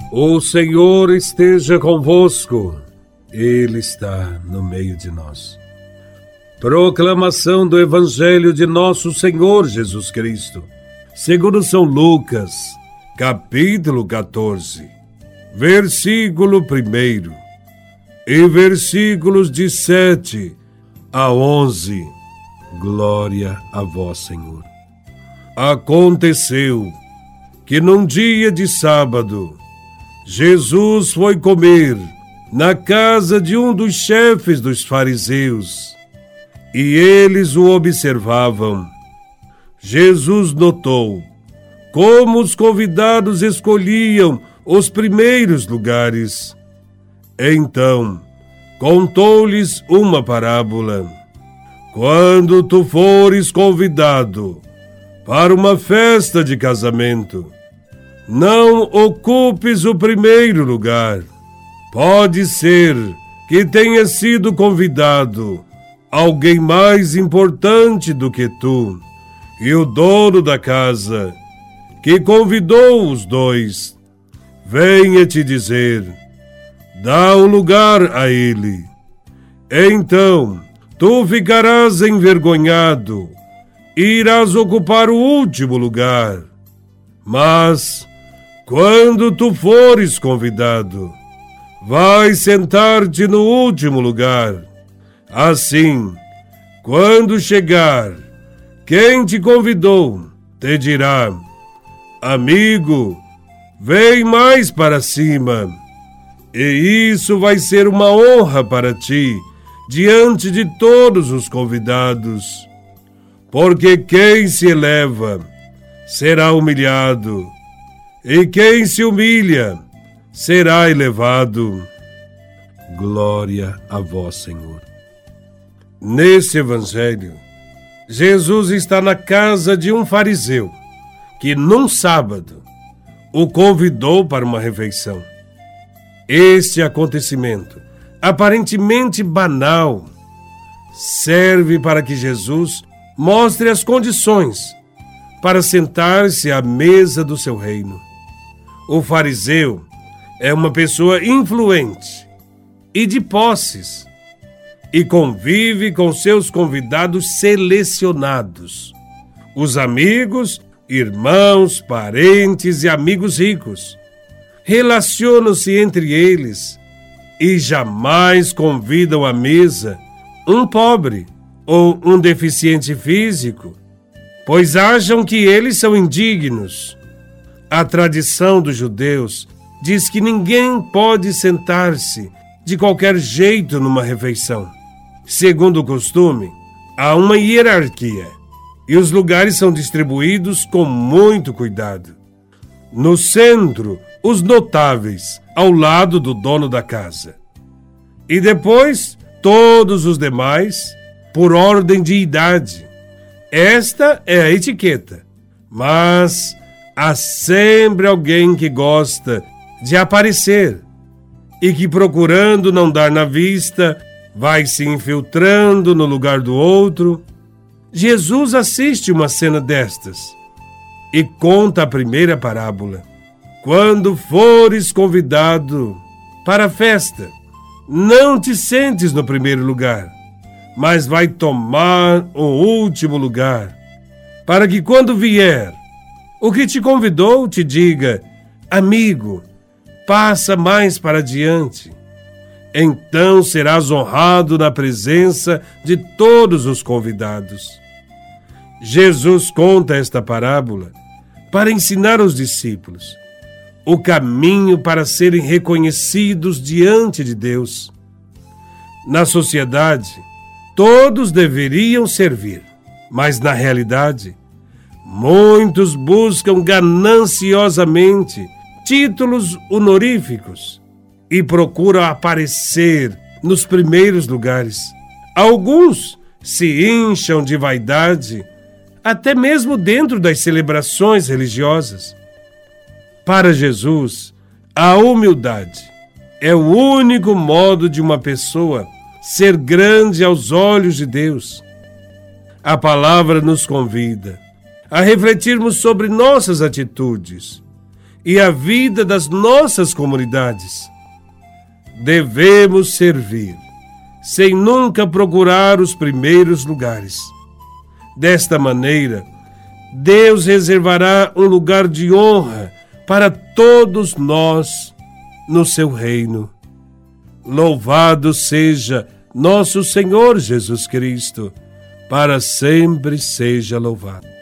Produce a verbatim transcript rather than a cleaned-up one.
O Senhor esteja convosco, Ele está no meio de nós. Proclamação do Evangelho de Nosso Senhor Jesus Cristo, segundo São Lucas, capítulo quatorze, versículo primeiro e versículos de sete a onze. Glória a vós, Senhor. Aconteceu que num dia de sábado, Jesus foi comer na casa de um dos chefes dos fariseus, e eles o observavam. Jesus notou como os convidados escolhiam os primeiros lugares. Então, contou-lhes uma parábola. Quando tu fores convidado para uma festa de casamento, não ocupes o primeiro lugar. Pode ser que tenha sido convidado alguém mais importante do que tu, e o dono da casa, que convidou os dois, venha te dizer: dá o lugar a ele. Então, tu ficarás envergonhado e irás ocupar o último lugar. Mas, quando tu fores convidado, vai sentar-te no último lugar. Assim, quando chegar, quem te convidou te dirá: amigo, vem mais para cima. E isso vai ser uma honra para ti, diante de todos os convidados. Porque quem se eleva será humilhado, e quem se humilha será elevado. Glória a vós, Senhor. Nesse evangelho, Jesus está na casa de um fariseu, que num sábado o convidou para uma refeição. Este acontecimento, aparentemente banal, serve para que Jesus mostre as condições para sentar-se à mesa do seu reino. O fariseu é uma pessoa influente e de posses, e convive com seus convidados selecionados, os amigos, irmãos, parentes e amigos ricos. Relacionam-se entre eles e jamais convidam à mesa um pobre ou um deficiente físico, pois acham que eles são indignos. A tradição dos judeus diz que ninguém pode sentar-se de qualquer jeito numa refeição. Segundo o costume, há uma hierarquia e os lugares são distribuídos com muito cuidado. No centro, os notáveis, ao lado do dono da casa. E depois, todos os demais, por ordem de idade. Esta é a etiqueta. Mas há sempre alguém que gosta de aparecer e que, procurando não dar na vista, vai se infiltrando no lugar do outro. Jesus assiste uma cena destas e conta a primeira parábola. Quando fores convidado para a festa, não te sentes no primeiro lugar, mas vai tomar o último lugar, para que quando vier o que te convidou te diga: amigo, passa mais para adiante. Então serás honrado na presença de todos os convidados. Jesus conta esta parábola para ensinar aos discípulos o caminho para serem reconhecidos diante de Deus. Na sociedade, todos deveriam servir, mas na realidade, muitos buscam gananciosamente títulos honoríficos e procuram aparecer nos primeiros lugares. Alguns se incham de vaidade, até mesmo dentro das celebrações religiosas. Para Jesus, a humildade é o único modo de uma pessoa ser grande aos olhos de Deus. A palavra nos convida a refletirmos sobre nossas atitudes e a vida das nossas comunidades. Devemos servir, sem nunca procurar os primeiros lugares. Desta maneira, Deus reservará um lugar de honra para todos nós no seu reino. Louvado seja nosso Senhor Jesus Cristo, para sempre seja louvado.